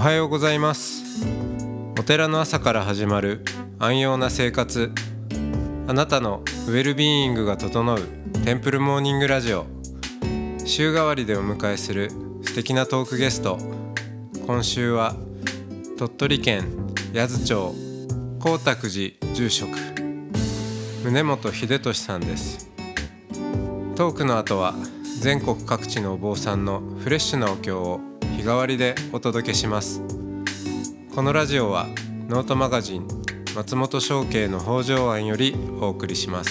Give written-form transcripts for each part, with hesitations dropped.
はようございます。お寺の朝から始まる安養な生活、あなたのウェルビーイングが整うテンプルモーニングラジオ。週替わりでお迎えする素敵なトークゲスト。今週は鳥取県八頭町光沢寺住職宗本秀俊さんです。トークの後は全国各地のお坊さんのフレッシュなお経を日替わりでお届けします。このラジオはノートマガジン松本商家の北条庵よりお送りします。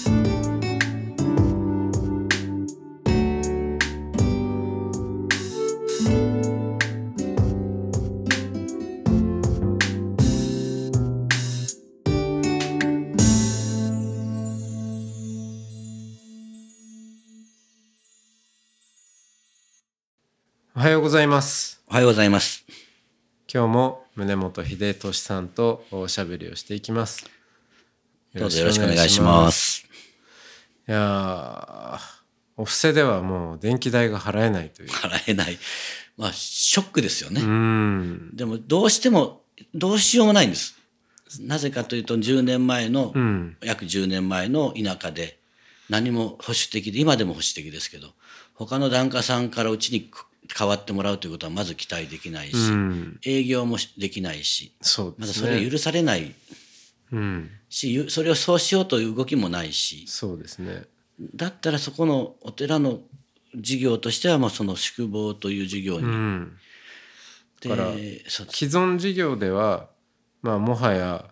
おはようございます。 おはようございます。 今日も宗本秀俊さんとおしゃべりをしていきます。 どうぞよろしくお願いします。 いやお布施ではもう電気代が払えないという。 払えない。まあショックですよね。でもどうしようもないんです。なぜかというと10年前の、約10年前の田舎で何も保守的で、今でも保守的ですけど、他の檀家さんからうちに変わってもらうということはまず期待できないし、営業もできないし、 そうですね、 まだそれは許されないし、それをそうしようという動きもないし、 そうですね。 だったらそこのお寺の事業としてはもうその宿坊という事業に、 だから既存事業では、まあ、もはや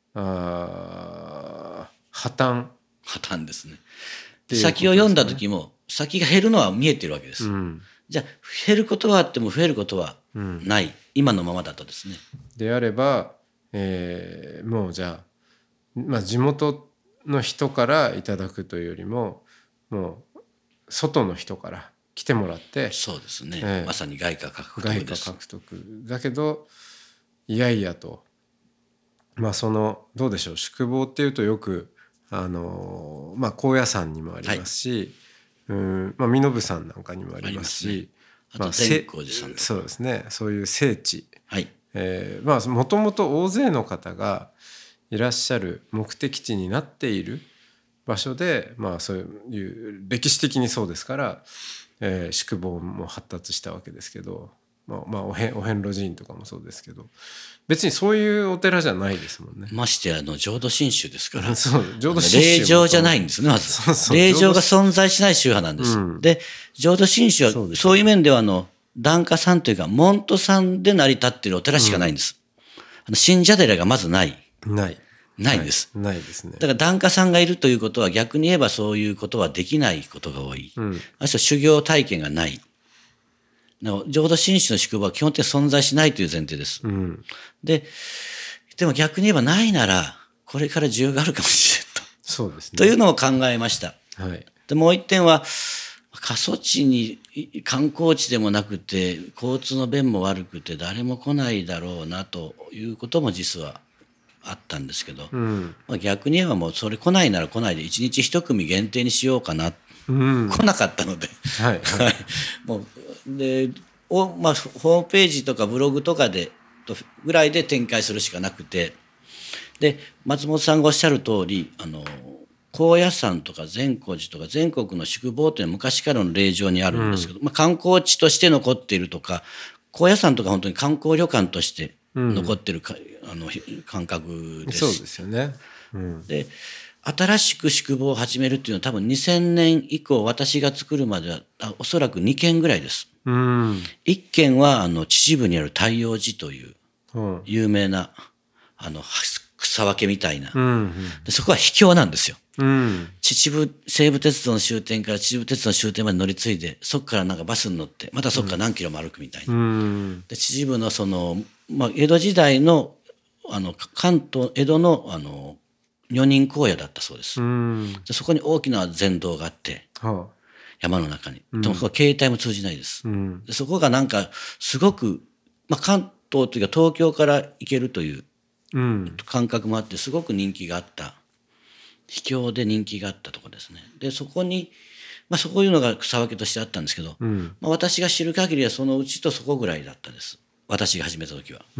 破綻ですね。先を読んだ時も先が減るのは見えてるわけです。じゃあ減ることはあっても増えることはない、今のままだとですね。 であれば、もうじゃあ、地元の人からいただくというよりも、もう外の人から来てもらって、 そうですね、まさに外貨獲得です。 外貨獲得だけどいやいやと、そのどうでしょう、宿坊っていうとよく高野山にもありますし、身延さんなんかにもありますし、 あと善光寺さんとか、 そうですね、そういう聖地、 はいもともと大勢の方がいらっしゃる目的地になっている場所で、そういう歴史的にそうですから、宿坊も発達したわけですけど、お遍路寺院とかもそうですけど、別にそういうお寺じゃないですもんね。 まして浄土真宗ですからそう浄土真宗霊場じゃないんですね。まず霊場が存在しない宗派なんです、で浄土真宗はそういう面では檀家さんというか門徒さんで成り立っているお寺しかないんです、信者寺がまずないんです、 ないですね。 だから檀家さんがいるということは逆に言えばそういうことはできないことが多い、修行体験がない。浄土真宗の宿坊は基本的に存在しないという前提です、でも逆に言えばないならこれから需要があるかもしれないと、 そうですね、 というのを考えました、でもう一点は過疎地に観光地でもなくて交通の便も悪くて誰も来ないだろうなということも実はあったんですけど、逆に言えばもうそれ来ないなら来ないで1日1組限定にしようかな、来なかったので、もうでホームページとかブログとかでぐらいで展開するしかなくて、で松本さんがおっしゃる通り高野山とか善光寺とか全国の宿坊というのは昔からの霊場にあるんですけど、観光地として残っているとか、高野山とか本当に観光旅館として残っている感覚です。 そうですよね、 で新しく宿坊を始めるっていうのは多分2000年以降私が作るまではおそらく2軒ぐらいです。1軒は秩父にある太陽寺という有名な草分けみたいな、でそこは秘境なんですよ、秩父西武鉄道の終点から秩父鉄道の終点まで乗り継いで、そこからなんかバスに乗ってまたそこから何キロも歩くみたいな、で秩父の江戸時代の関東江戸の女人荒野だったそうです、でそこに大きな禅堂があって、山の中に、でもそこは携帯も通じないです、でそこがなんかすごく、関東というか東京から行けるという感覚もあってすごく人気があった、秘境で人気があったところですね。でそこに、そういうのが草分けとしてあったんですけど、私が知る限りはそのうちとそこぐらいだったです。 私が始めた時は。 うん、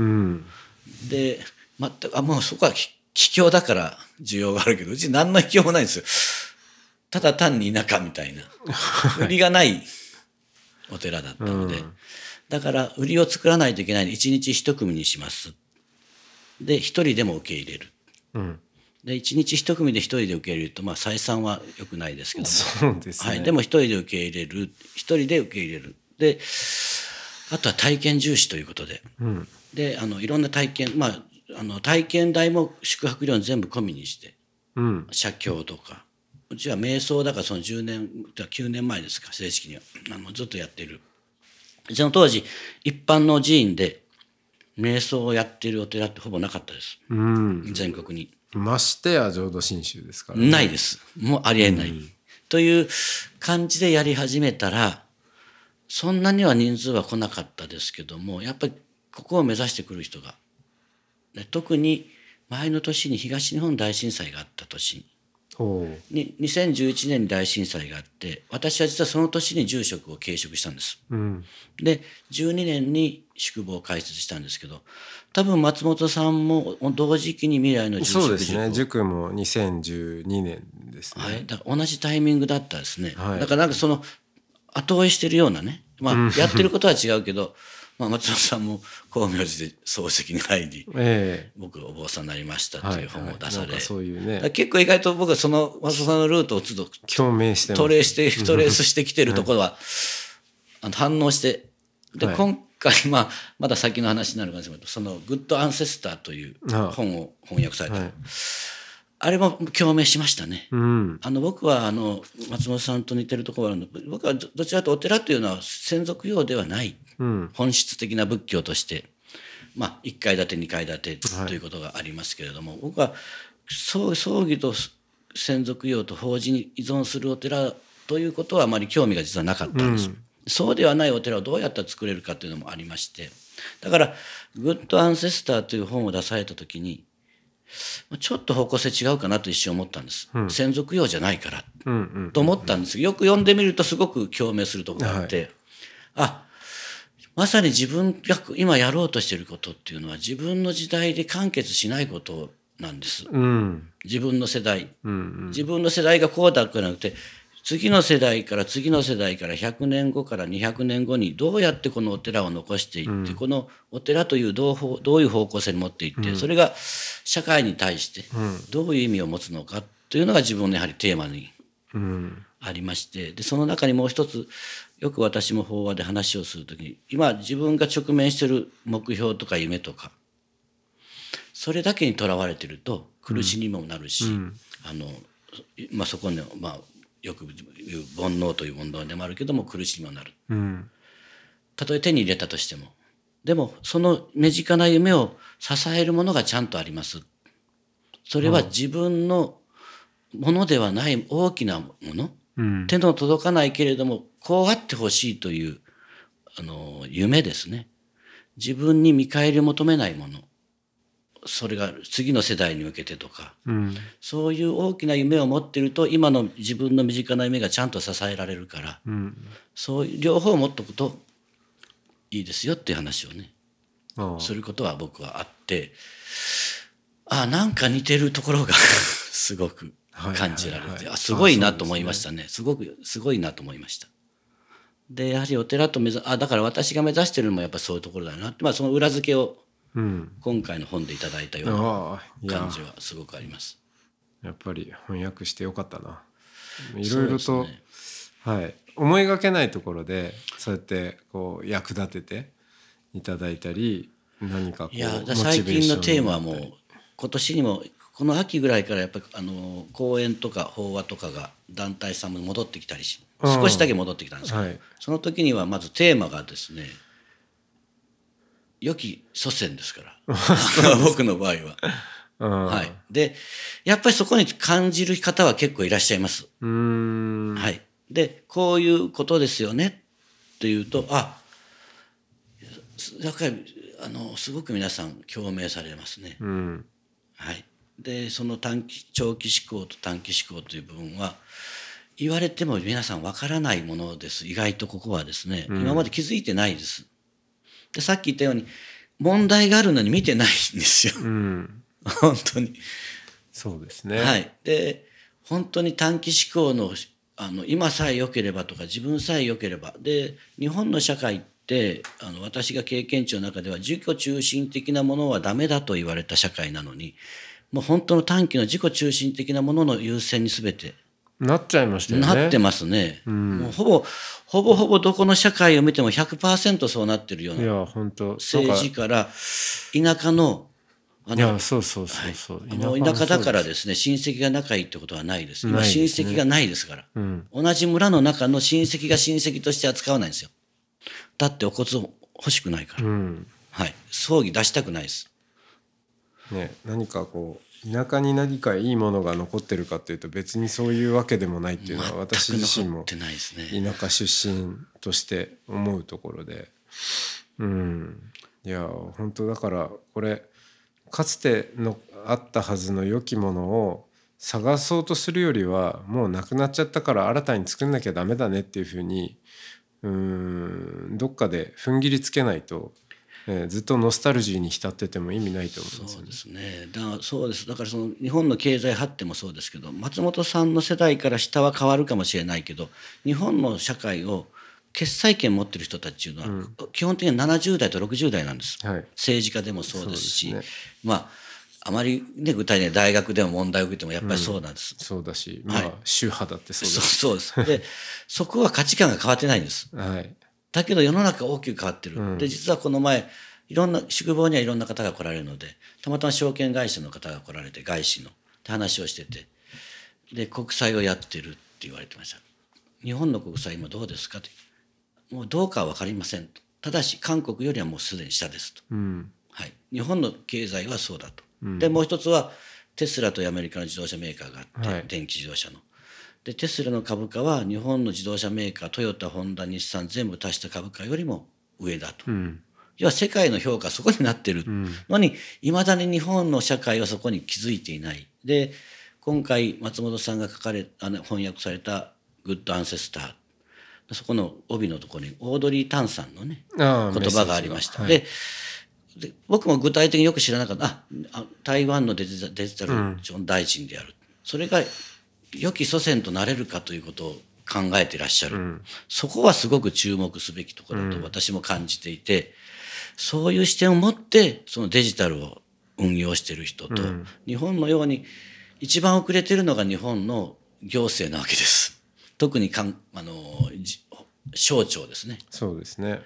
で全くもうそこは秘境だから需要があるけど、うち何の秘境もないんですよ。ただ単に田舎みたいな売りがないお寺だったので、だから売りを作らないといけないので1日1組にします。で1人でも受け入れる。で1日1組で1人で受け入れると採算は良くないですけども、 そうですね、 でも1人で受け入れる、1人で受け入れる。であとは体験重視ということで、でいろんな体験、体験代も宿泊料に全部込みにして、写経とか、うちは瞑想だからその10年9年前ですか、正式にはずっとやっている。その当時一般の寺院で瞑想をやっているお寺ってほぼなかったです、全国に。 ましてや浄土真宗ですからね。ないです。もうありえない、という感じでやり始めたら、そんなには人数は来なかったですけども、やっぱりここを目指してくる人が、特に前の年に東日本大震災があった年に2011年に大震災があって、私は実はその年に住職を継職したんです、で12年に宿坊を開設したんですけど、多分松本さんも同時期に未来の住職塾を。 そうですね、塾も2012年ですね、 だから同じタイミングだったですね、だからなんかその後追いしてるようなね、やってることは違うけど松本さんも光明寺で漱石に入り、僕お坊さんになりましたという本を出され、 そういうね、 結構意外と僕はその松本さんのルートをちょっと共鳴してます、 トレースしてきてるところは反応して、で今回まだ先の話になるかもしれないけど、そのグッドアンセスターという本を翻訳された、あれも共鳴しましたね、僕は松本さんと似てるところがあるので、僕はどちらかとお寺というのは専属用ではない、本質的な仏教として1階建て2階建てということがありますけれども、僕は葬儀と専属用と法事に依存するお寺ということはあまり興味が実はなかったんです、そうではないお寺をどうやったら作れるかというのもありまして、だからグッドアンセスターという本を出された時にちょっと方向性違うかなと一瞬思ったんです、専属用じゃないから、と思ったんですけど、よく読んでみるとすごく共鳴するところがあって、まさに自分が今やろうとしていることっていうのは自分の時代で完結しないことなんです、自分の世代、自分の世代がこうだけじゃなくて、次の世代から次の世代から100年後から200年後にどうやってこのお寺を残していって、このお寺というどういう方向性に持っていって、それが社会に対してどういう意味を持つのかというのが自分のやはりテーマにありまして、でその中にもう一つ、よく私も法話で話をするときに、今自分が直面している目標とか夢とか、それだけにとらわれていると苦しみにもなるし、そこによく言う煩悩という問題でもあるけども苦しみもなる、たとえ手に入れたとしても、でもその身近な夢を支えるものがちゃんとあります。それは自分のものではない大きなもの、手の届かないけれどもこうあってほしいという夢ですね。自分に見返りを求めないもの、それが次の世代に向けてとか、そういう大きな夢を持っていると今の自分の身近な夢がちゃんと支えられるから、そういう両方を持っておくといいですよっていう話をねすることは僕はあって、なんか似てるところがすごく感じられて、すごいなと思いましたね。すごいなと思いました。でやはりお寺とだから私が目指してるのもやっぱそういうところだなって、その裏付けを今回の本でいただいたような感じはすごくあります。 やっぱり翻訳してよかったな。いろいろと、思いがけないところでそうやってこう役立てていただいたり、何かこう最近のテーマはもう今年にもこの秋ぐらいからやっぱり講演とか法話とかが団体さんも戻ってきたりし、少しだけ戻ってきたんですけど、その時にはまずテーマがですね、良き祖先ですから僕の場合は、でやっぱりそこに感じる方は結構いらっしゃいます。でこういうことですよねっていうとやっぱりすごく皆さん共鳴されますね。でその長期思考と短期思考という部分は言われても皆さんわからないものです。意外とここはですね、今まで気づいてないです。 でさっき言ったように問題があるのに見てないんですよ、本当に。 そうですね。 はい。で本当に短期思考の今さえ良ければとか自分さえ良ければで、日本の社会って私が経験値の中では自己中心的なものはダメだと言われた社会なのに、もう本当の短期の自己中心的なものの優先に全てなっちゃいましたよね。 なってますね、もうほぼどこの社会を見ても 100% そうなってるような。 いや本当政治から田舎のいやそう、 はい、田舎だからですね親戚が仲いいってことはないです。今親戚がないですから、同じ村の中の親戚が親戚として扱わないんですよ。だってお骨欲しくないから、はい、葬儀出したくないです、 ね。何かこう田舎に何かいいものが残ってるかっていうと別にそういうわけでもないっていうのは私自身も田舎出身として思うところで、いや本当だからこれかつてのあったはずの良きものを探そうとするよりはもうなくなっちゃったから新たに作んなきゃダメだねっていうふうにどっかで踏ん切りつけないと、ずっとノスタルジーに浸ってても意味ないと思うんですよね。 そうですね。だからその日本の経済発展もそうですけど、松本さんの世代から下は変わるかもしれないけど、日本の社会を決裁権持ってる人たちっていうのは、基本的には70代と60代なんです、政治家でもそうですし、あまりね具体的に大学でも問題を受けてもやっぱりそうなんです、 そうだし、宗派だってそうだし、 そうですでそこは価値観が変わってないんです、だけど世の中大きく変わってる、で実はこの前いろんな宿坊にはいろんな方が来られるので、たまたま証券会社の方が来られて外資のって話をしてて、で国債をやってるって言われてました。日本の国債今どうですかと。もうどうかは分かりませんと。ただし韓国よりはもうすでに下ですと、はい、日本の経済はそうだと、でもう一つはテスラというアメリカの自動車メーカーがあって、電気自動車のでテスラの株価は日本の自動車メーカートヨタホンダ日産全部足した株価よりも上だと、要は世界の評価はそこになってるのにいまだに日本の社会はそこに気づいていない。で今回松本さんが翻訳された「グッドアンセスター」、そこの帯のところにオードリー・タンさんのね言葉がありました。で僕も具体的によく知らなかった。台湾のデジタル大臣である、それが良き祖先となれるかということを考えていらっしゃる、そこはすごく注目すべきところだと私も感じていて、そういう視点を持ってそのデジタルを運用している人と、日本のように一番遅れているのが日本の行政なわけです。特に省庁ですね。 そうですね。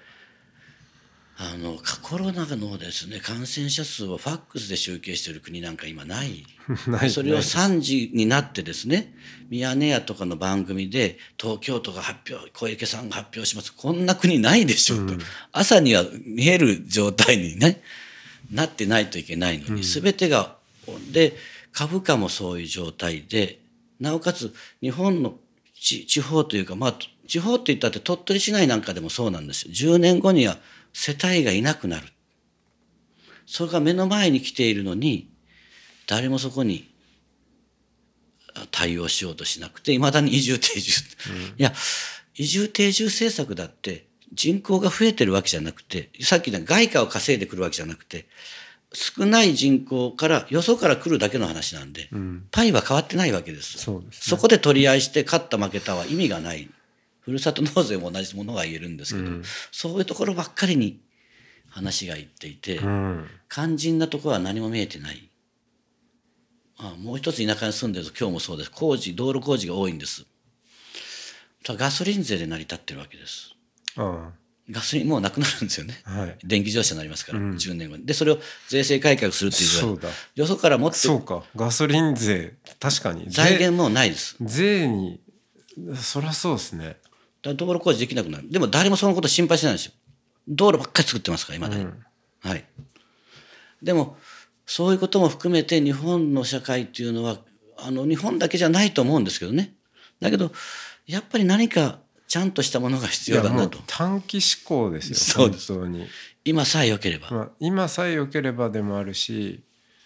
コロナのですね感染者数をファックスで集計している国なんか今ないそれを3時になってですね、ミヤネ屋とかの番組で東京都が小池さんが発表します、こんな国ないでしょと、朝には見える状態に、ね、なってないといけないのに、全てがで株価もそういう状態で、なおかつ日本の地方というか、地方って言ったって鳥取市内なんかでもそうなんですよ。10年後には世帯がいなくなる。それが目の前に来ているのに誰もそこに対応しようとしなくて、いまだに移住定住、いや移住定住政策だって人口が増えてるわけじゃなくて、さっきの外貨を稼いでくるわけじゃなくて、少ない人口からよそから来るだけの話なんで、パイは変わってないわけです。 そうですね。 そこで取り合いして勝った負けたは意味がない。ふるさと納税も同じものが言えるんですけど、そういうところばっかりに話がいっていて、肝心なところは何も見えてない。もう一つ田舎に住んでると今日もそうです。道路工事が多いんです。ガソリン税で成り立ってるわけです。ガソリンもうなくなるんですよね、電気自動車になりますから、10年後に。でそれを税制改革するっていう、 そうだ、 よそから持って、 そうか、ガソリン税確かに財源もないです。 税にそりゃそうですね。 道路工事できなくなる。でも誰もそのこと心配してないんですよ。道路ばっかり作ってますから今だに、でもそういうことも含めて日本の社会っていうのは日本だけじゃないと思うんですけどね。だけどやっぱり何かちゃんとしたものが必要だなと。 短期思考ですよ。 そうです。 本当に今さえ良ければ、 今さえ良ければでもあるし、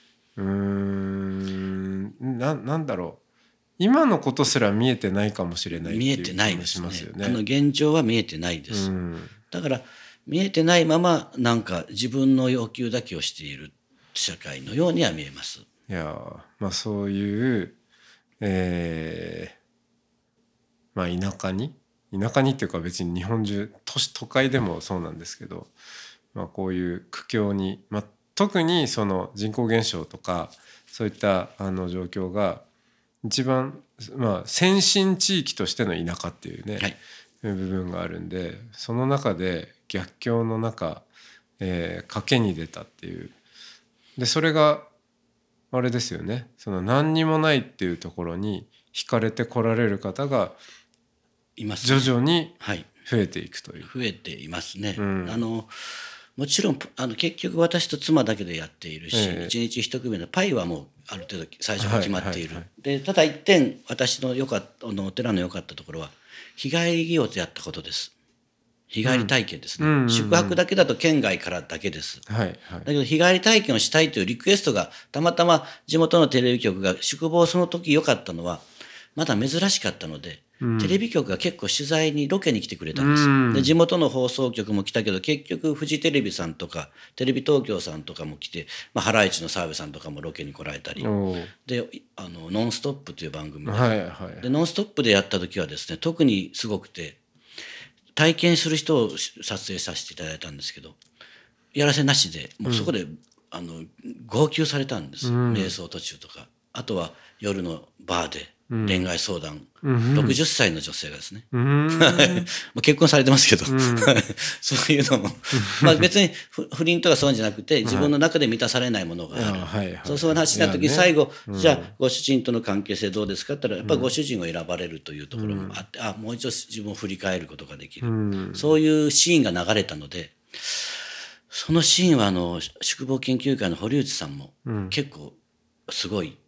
なんだろう、今のことすら見えてないかもしれないっていう気もしますよね。 見えてないですね。現状は見えてないです、だから見えてないままなんか自分の要求だけをしている社会のようには見えます。 いやまあそういう、まあ田舎にっていうか別に日本中都会でもそうなんですけど、まあ、こういう苦境に、まあ、特にその人口減少とかそういった状況が一番、まあ、先進地域としての田舎っていうね、 はい、 部分があるんで、その中で逆境の中、賭けに出たっていう。でそれがあれですよね、その何にもないっていうところに惹かれてこられる方がいますね。 徐々にはい、 増えていくという、 増えていますね。 うん、 もちろん結局私と妻だけでやっているし、一日一組のパイはもうある程度最初から決まっている。でただ一点私のお寺の良かったところは日帰り業とやったことです。日帰り体験ですね、宿泊だけだと県外からだけです、 はいはい、 だけど日帰り体験をしたいというリクエストがたまたま地元のテレビ局が宿坊その時良かったのはまだ珍しかったので、テレビ局が結構取材にロケに来てくれたんです、で地元の放送局も来たけど結局フジテレビさんとかテレビ東京さんとかも来て、ハライチの澤部さんとかもロケに来られたりでノンストップという番組で、でノンストップでやった時はですね特にすごくて体験する人を撮影させていただいたんですけどやらせなしでもうそこで、号泣されたんです、瞑想途中とか。あとは夜のバーで恋愛相談、60歳の女性がですねもう結婚されてますけど、そういうのもまあ別に不倫とかそういうんじゃなくて自分の中で満たされないものがある、そういう話になった時最後、じゃあご主人との関係性どうですかって言ったらやっぱご主人を選ばれるというところもあって、もう一度自分を振り返ることができる、そういうシーンが流れたので、そのシーンは宿坊研究会の堀内さんも結構すごい、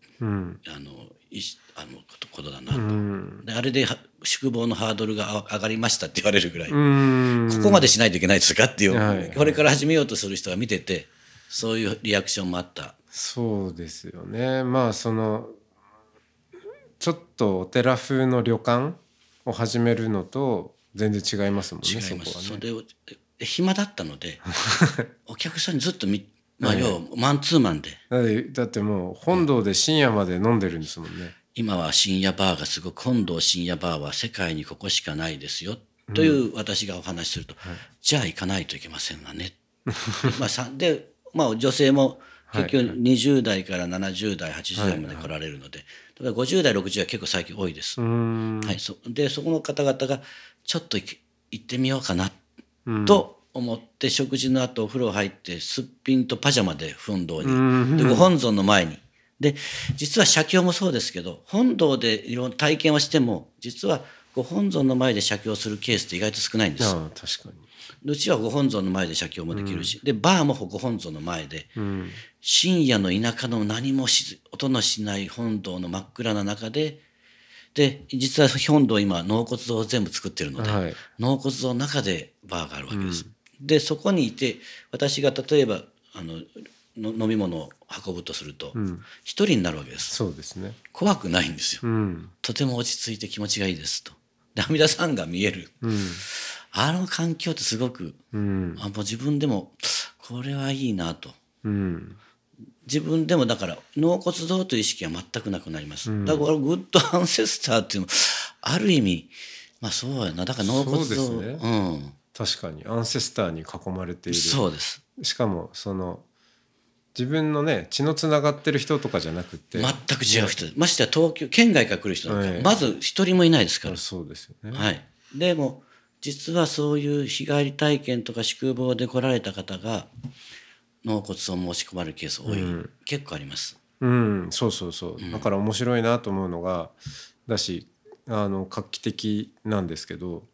ことだなと、であれで宿坊のハードルが上がりましたって言われるぐらい、ここまでしないといけないですかっていう、これから始めようとする人が見ててそういうリアクションもあった。 そうですよね。まあそのちょっとお寺風の旅館を始めるのと全然違いますもんね。 違います。 そこはね。 それ暇だったのでお客さんにずっと要はマンツーマンでだってもう本堂で深夜まで飲んでるんですもんね。 今は深夜バーがすごく本堂深夜バーは世界にここしかないですよという私がお話しすると、じゃあ行かないといけませんわねで、女性も結局20代から70代80代まで来られるので、ただ50代60代結構最近多いです。でそこの方々がちょっと行ってみようかなと思って食事の後お風呂入ってすっぴんとパジャマで本堂に、でご本尊の前に、で実は写経もそうですけど本堂でいろんな体験をしても実はご本尊の前で写経するケースって意外と少ないんです。 確かにうちはご本尊の前で写経もできるし、でバーもご本尊の前で、深夜の田舎の何も音のしない本堂の真っ暗な中で実は本堂今納骨堂を全部作ってるので、納骨堂の中でバーがあるわけです。でそこにいて私が例えば飲み物を運ぶとすると一人になるわけです。 そうですね。 怖くないんですよ、とても落ち着いて気持ちがいいですと。で阿弥陀さんが見える、あの環境ってすごく、もう自分でもこれはいいなと、自分でもだから納骨堂という意識は全くなくなります、だからグッドアンセスターっていうのある意味そうやな、だから納骨堂、 そうですね、確かにアンセスターに囲まれている。 そうです。 しかもその自分のね血のつながってる人とかじゃなくて全く違う人、ましてや東京県外から来る人なんか、まず一人もいないですから。 そうですよね。 でも実はそういう日帰り体験とか宿坊で来られた方が納骨を申し込まれるケース多い、結構あります。 そうだから面白いなと思うのがだし画期的なんですけど、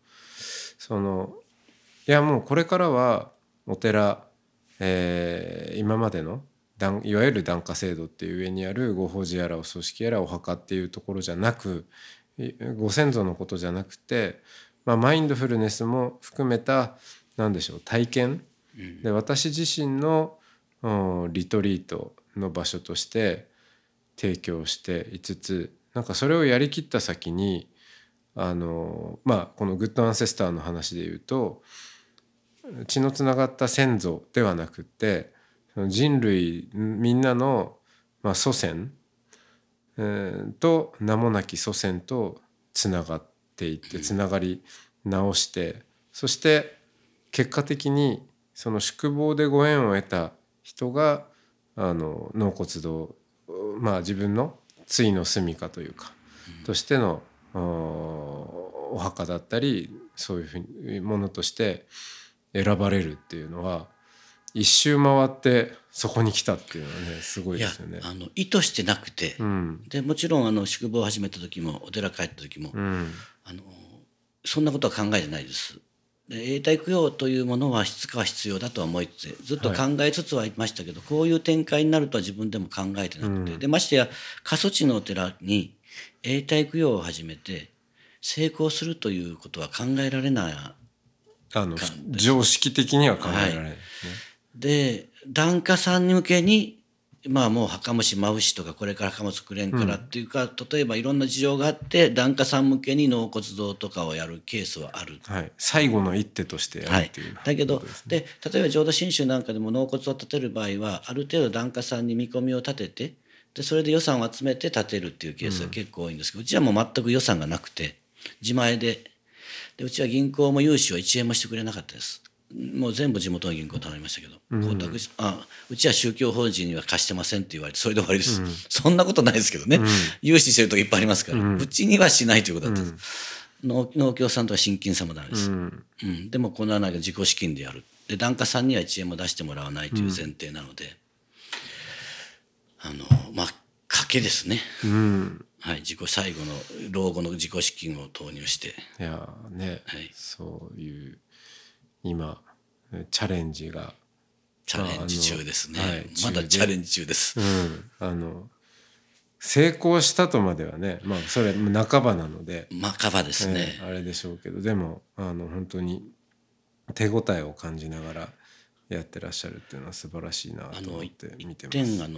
いやもうこれからはお寺、今までのいわゆる檀家制度っていう上にあるご法事やらお葬式やらお墓っていうところじゃなく、ご先祖のことじゃなくて、マインドフルネスも含めた何でしょう体験、で私自身のリトリートの場所として提供していつつ、なんかそれをやりきった先にこのグッドアンセスターの話で言うと、 血のつながった先祖ではなくって人類みんなの、祖先、と名もなき祖先とつながっていってつながり直して、そして結果的にその宿坊でご縁を得た人が納骨堂、自分の対の住処というか、としてのお墓だったりそういうふうなものとして選ばれるっていうのは一周回ってそこに来たっていうのはねすごいですよね。 意図してなくて、でもちろん宿坊を始めた時もお寺帰った時も、そんなことは考えてないです。で永代供養というものはいつかは必要だとは思いつつずっと考えつつはいましたけど、こういう展開になるとは自分でも考えてなくて、でましてや過疎地のお寺に永代供養を始めて成功するということは考えられない常識的には考えられないですね。 で檀家さんに向けにもう墓もしまうしとかこれから墓も作れんからっていうか、例えばいろんな事情があって檀家さん向けに納骨堂とかをやるケースはある、 最後の一手としてやるっていう、 だけどで例えば浄土真宗なんかでも納骨を建てる場合はある程度檀家さんに見込みを立てて、でそれで予算を集めて建てるっていうケースが結構多いんですけど、うちはもう全く予算がなくて自前でうちは銀行も融資を1円もしてくれなかったです。もう全部地元の銀行頼みましたけど、うちは宗教法人には貸してませんって言われてそれで終わりです、そんなことないですけどね、融資してるとこいっぱいありますから、うちにはしないということだったんです、農協さんとか信金さんもダメです、でもこの穴が自己資金でやる、で檀家さんには1円も出してもらわないという前提なので、賭けですね、最後の老後の自己資金を投入して、 そういう今チャレンジ中ですね、まだチャレンジ中です、 成功したとまではね、それ半ばなので半ばですね、 あれでしょうけど、でも本当に手応えを感じながらやってらっしゃるっていうのは素晴らしいなと思って見てます。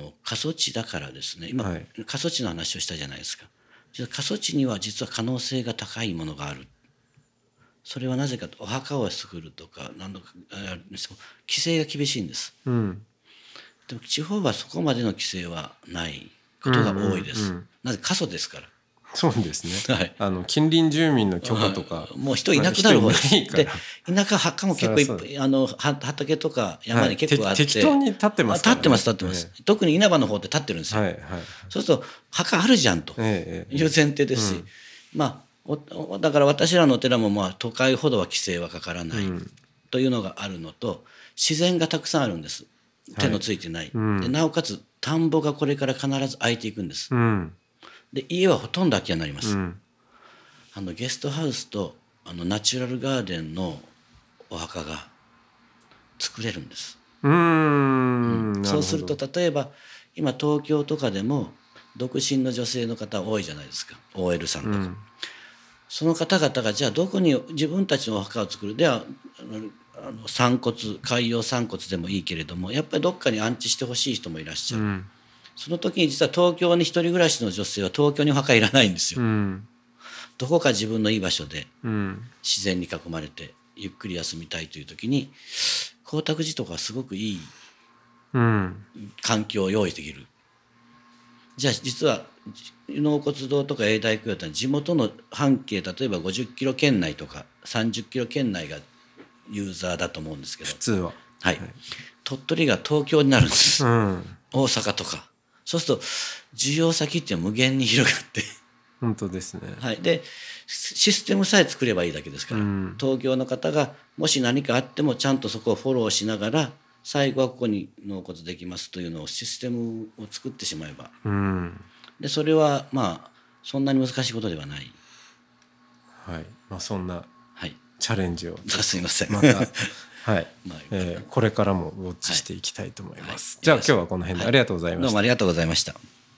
過疎地だからですね、今、過疎地の話をしたじゃないですか。過疎地には実は可能性が高いものがある。それはなぜかと、お墓を作るとか何度かあるんですけど規制が厳しいんです、でも地方はそこまでの規制はないことが多いです、なぜ過疎ですから。 そうですね、近隣住民の許可とか、 もう人いなくなる方です。で田舎墓も結構いっぱい畑とか山に結構あって、 適当に立ってますからね。 立ってます、特に稲葉の方って立ってるんですよ、そうすると墓あるじゃんという前提ですし、だから私らのお寺も都会ほどは規制はかからないというのがあるのと、自然がたくさんあるんです、手のついてない、でなおかつ田んぼがこれから必ず空いていくんです、で家はほとんど空き家になります、ゲストハウスとナチュラルガーデンのお墓が作れるんです、そうすると例えば今東京とかでも独身の女性の方多いじゃないですか、 OL さんとか、その方々がじゃあどこに自分たちのお墓を作る、では散骨、海洋散骨でもいいけれどもやっぱりどっかに安置してほしい人もいらっしゃる、その時に実は東京に一人暮らしの女性は東京にお墓いらないんですよ、どこか自分のいい場所で自然に囲まれてゆっくり休みたいという時に光沢寺とかはすごくいい環境を用意できる、じゃあ実は納骨堂とか永代供養って地元の半径例えば50キロ圏内とか30キロ圏内がユーザーだと思うんですけど、 普通は、 鳥取が東京になるんです、大阪とか、そうすると需要先って無限に広がって本当ですね、 でシステムさえ作ればいいだけですから、東京の方がもし何かあってもちゃんとそこをフォローしながら最後はここに納骨できますというのをシステムを作ってしまえば、でそれはそんなに難しいことではない、 そんなチャレンジをすいませんまたこれからもウォッチしていきたいと思います、じゃあ今日はこの辺でありがとうございました、 どうもありがとうございました。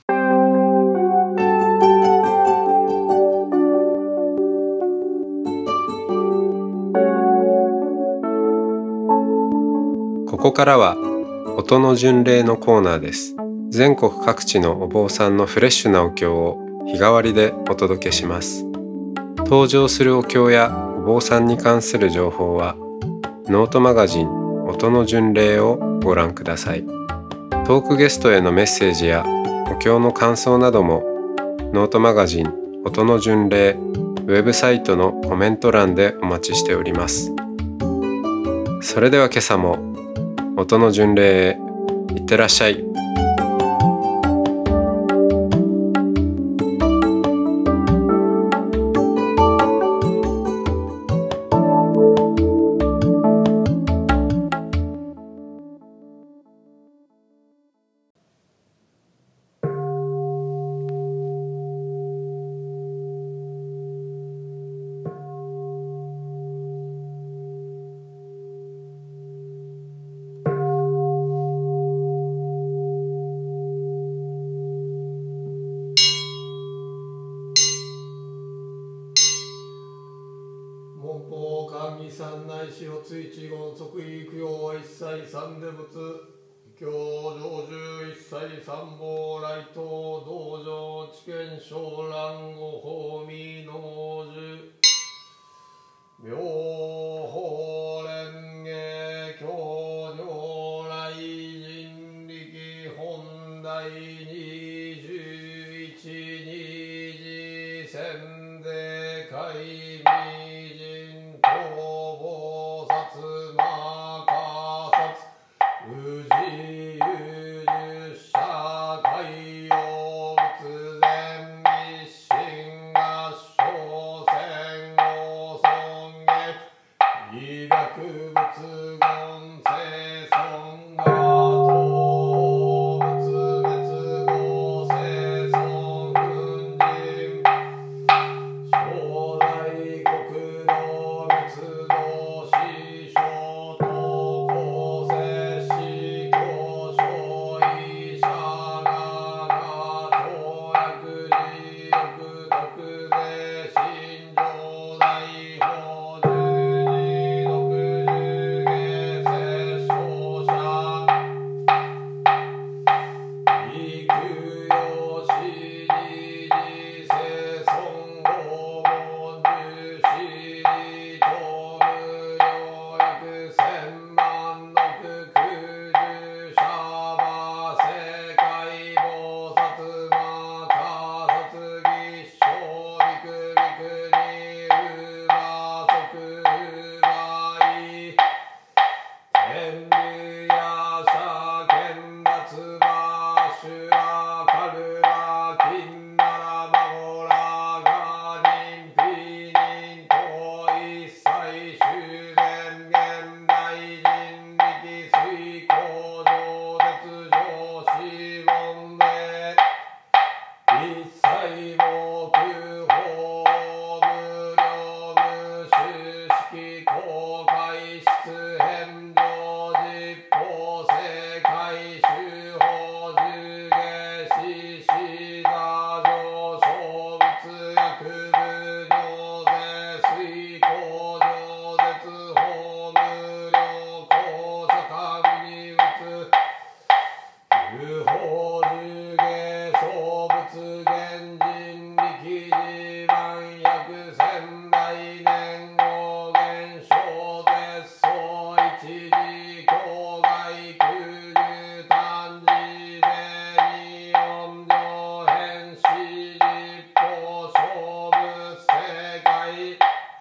ここからは音の巡礼のコーナーです。全国各地のお坊さんのフレッシュなお経を日替わりでお届けします。登場するお経やお坊さんに関する情報はノートマガジン音の巡礼をご覧ください。トークゲストへのメッセージやお経の感想などもノートマガジン音の巡礼ウェブサイトのコメント欄でお待ちしております。それでは今朝も音の巡礼へいってらっしゃい。 三内四発一言即位供養一切三で仏教成就一切三宝来頭道場知見昇蘭五法味能樹妙法蓮華教如来人力本大二十一二次宣で海未人東菩薩摩訶薩宇治有十社海洋仏前密心合唱戦後尊厳異白仏言世尊が当仏滅後世尊軍人将来国土滅度師匠等公正司教所医者が当薬事欲特税心上大法十二六十下世勝者育養し二次世尊訪問十四里等無量約千万億空十者馬世界菩薩摩訶薩義勝陸陸にウバ即ウバイ天竜や者剣抜馬修羅カルラ金なら孫らが人非人等一切修善現代人力水工場絶上死言で一切目法無料無収式公開出返上実法世界修法十下死死座上小仏薬部尿税水工場絶法無料公社各に仏有法十下小仏現人力自万百千来年後現象絶相一時境外空流単時税二四条変死実法小仏世界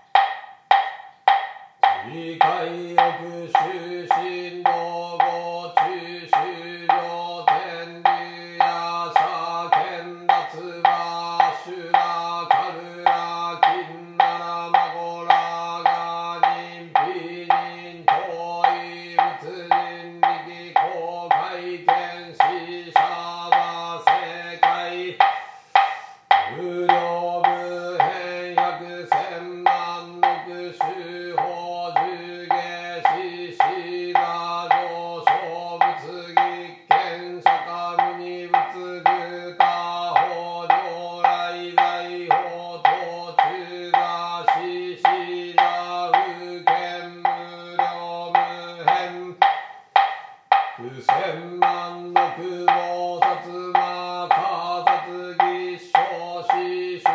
次回億終身道後中修上天竜や者剣脱馬修羅カルラ金なら孫らが人非人遠い仏人力公開見死者は世界無量無辺百千万億修法十下死死座上小仏義見釈迦牟尼仏具他法如来在法等中座死死座無見無量無辺九千万億菩薩摩訶薩義勝死修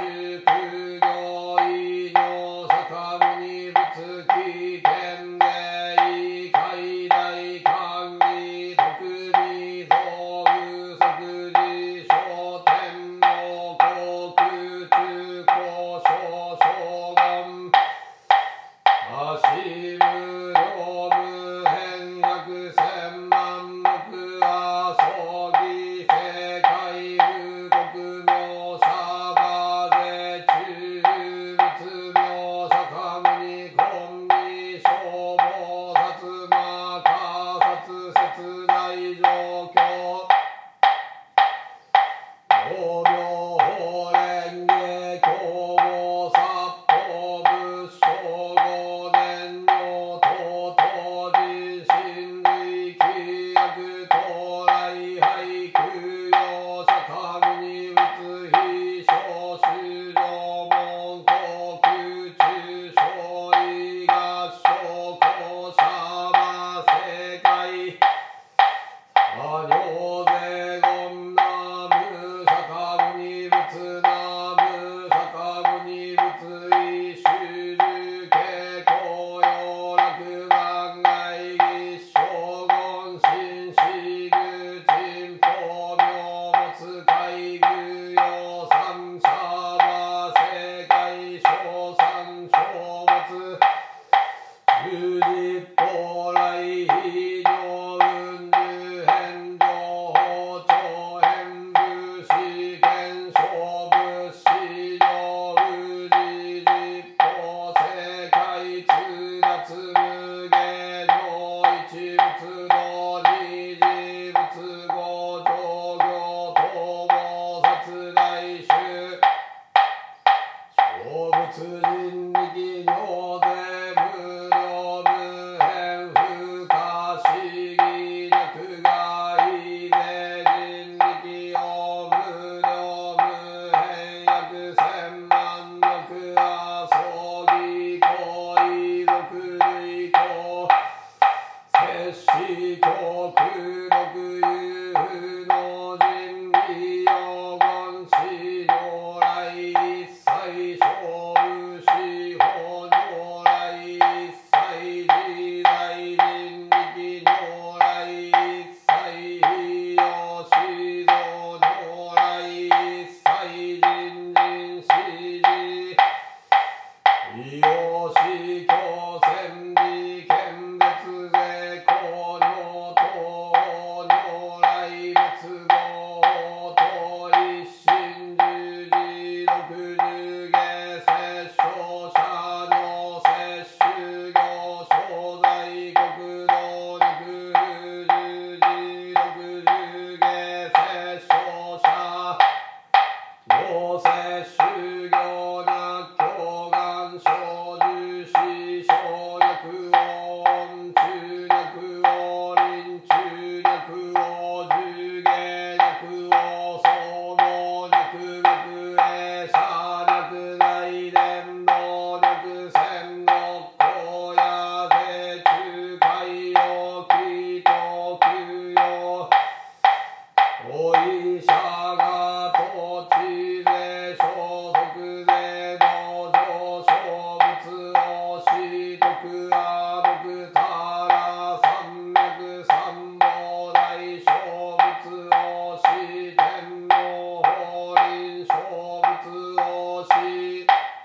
人力行で無量無辺不可思議力外で人力を無量無辺約千万の苦は葬儀行為六類行摂氏極六有不の人理用言師如来一切小武士法如来一切時代人力如来一切非用士道如来一切人人士事異様士教戦時見別税公如等如来滅道等一心十字六十下摂生者の摂取業所在国道六十字六十下摂生者同摂取業な教願小樹子小脈音中脈王林中脈王十下脈王総合脈脈営者脈大伝道脈戦国公や税中海洋祈祷休養お医者が土地税所得税道場小物を私徳阿僕たら三脈三宝大小物を私天皇法輪小物を私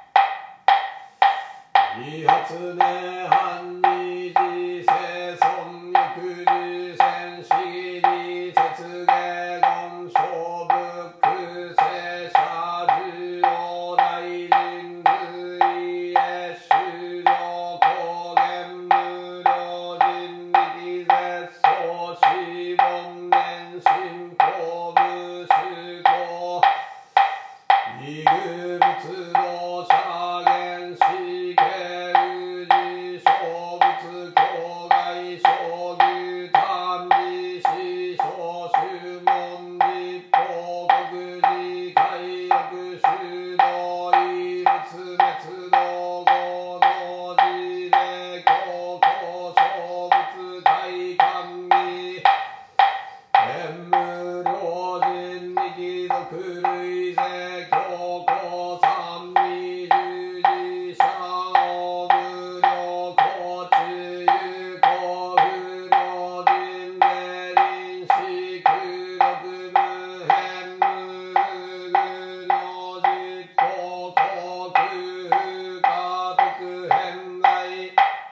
二発目半二次生存翌十戦士義節下言小仏聖者重要大人類へ修行高原無料人力絶相死凡年進行無修行異具仏道者原始形宇治小仏境外小牛丹寺師小宗門実法国寺海翼修道異仏滅道合同寺で教皇小仏大官儀天無量人力属類税教皇三二十字者を無料高中有効不能人税臨死空毒無辺無具量実行航空不可得偏在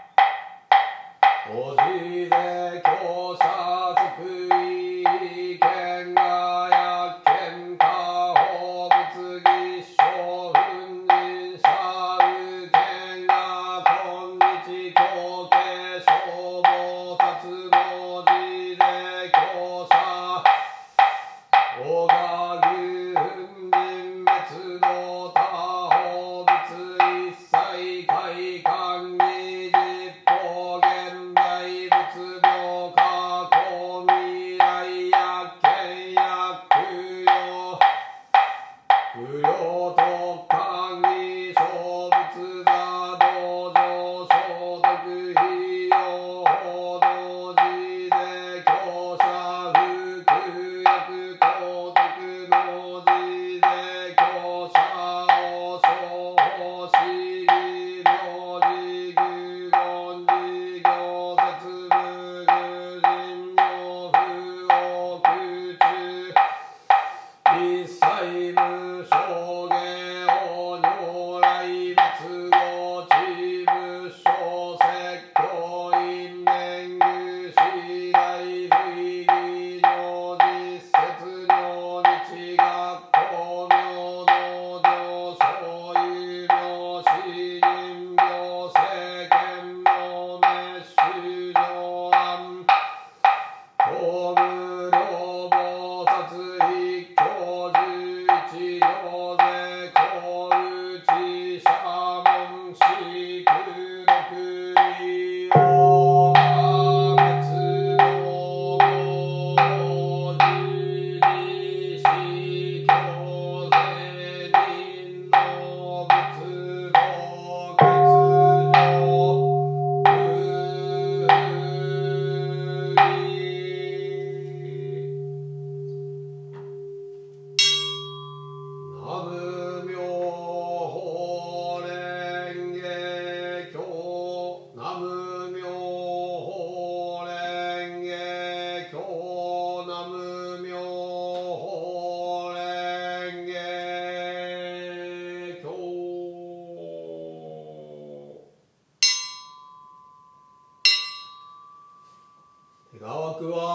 おじ税教者救い県が薬県下法仏儀小粉人者右県が今日教慶小菩薩のじ税教者小賀牛粉人滅道他法仏一切開官儀実法現代仏病過去未来薬権薬供養不良特官儀小仏座道場所得費用報道寺税教者服薬高徳の寺税教者を小法師義領事牛言事業説無具人名不王空中一切無償下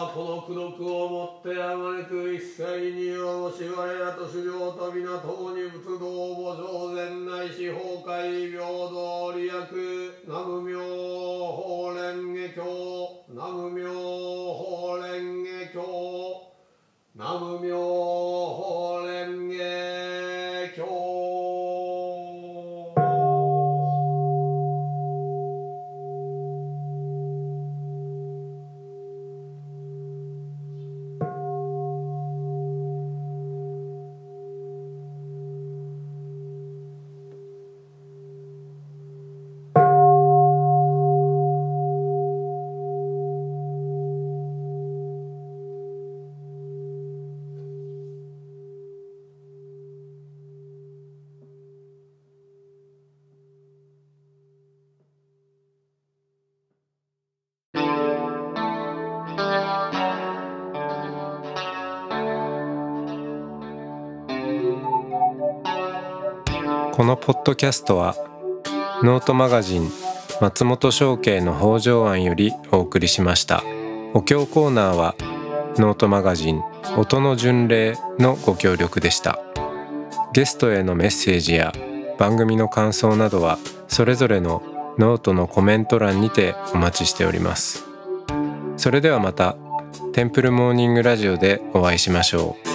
はこの功徳をもってあまねく一切によし我らと狩猟と皆共に仏道母上善内し崩壊平等利益南無妙法蓮華経南無妙法蓮華経南無妙法蓮華経。 このポッドキャストはノートマガジン松本商家の北条庵よりお送りしました。お経コーナーはノートマガジン音の巡礼のご協力でした。ゲストへのメッセージや番組の感想などはそれぞれのノートのコメント欄にてお待ちしております。それではまたテンプルモーニングラジオでお会いしましょう。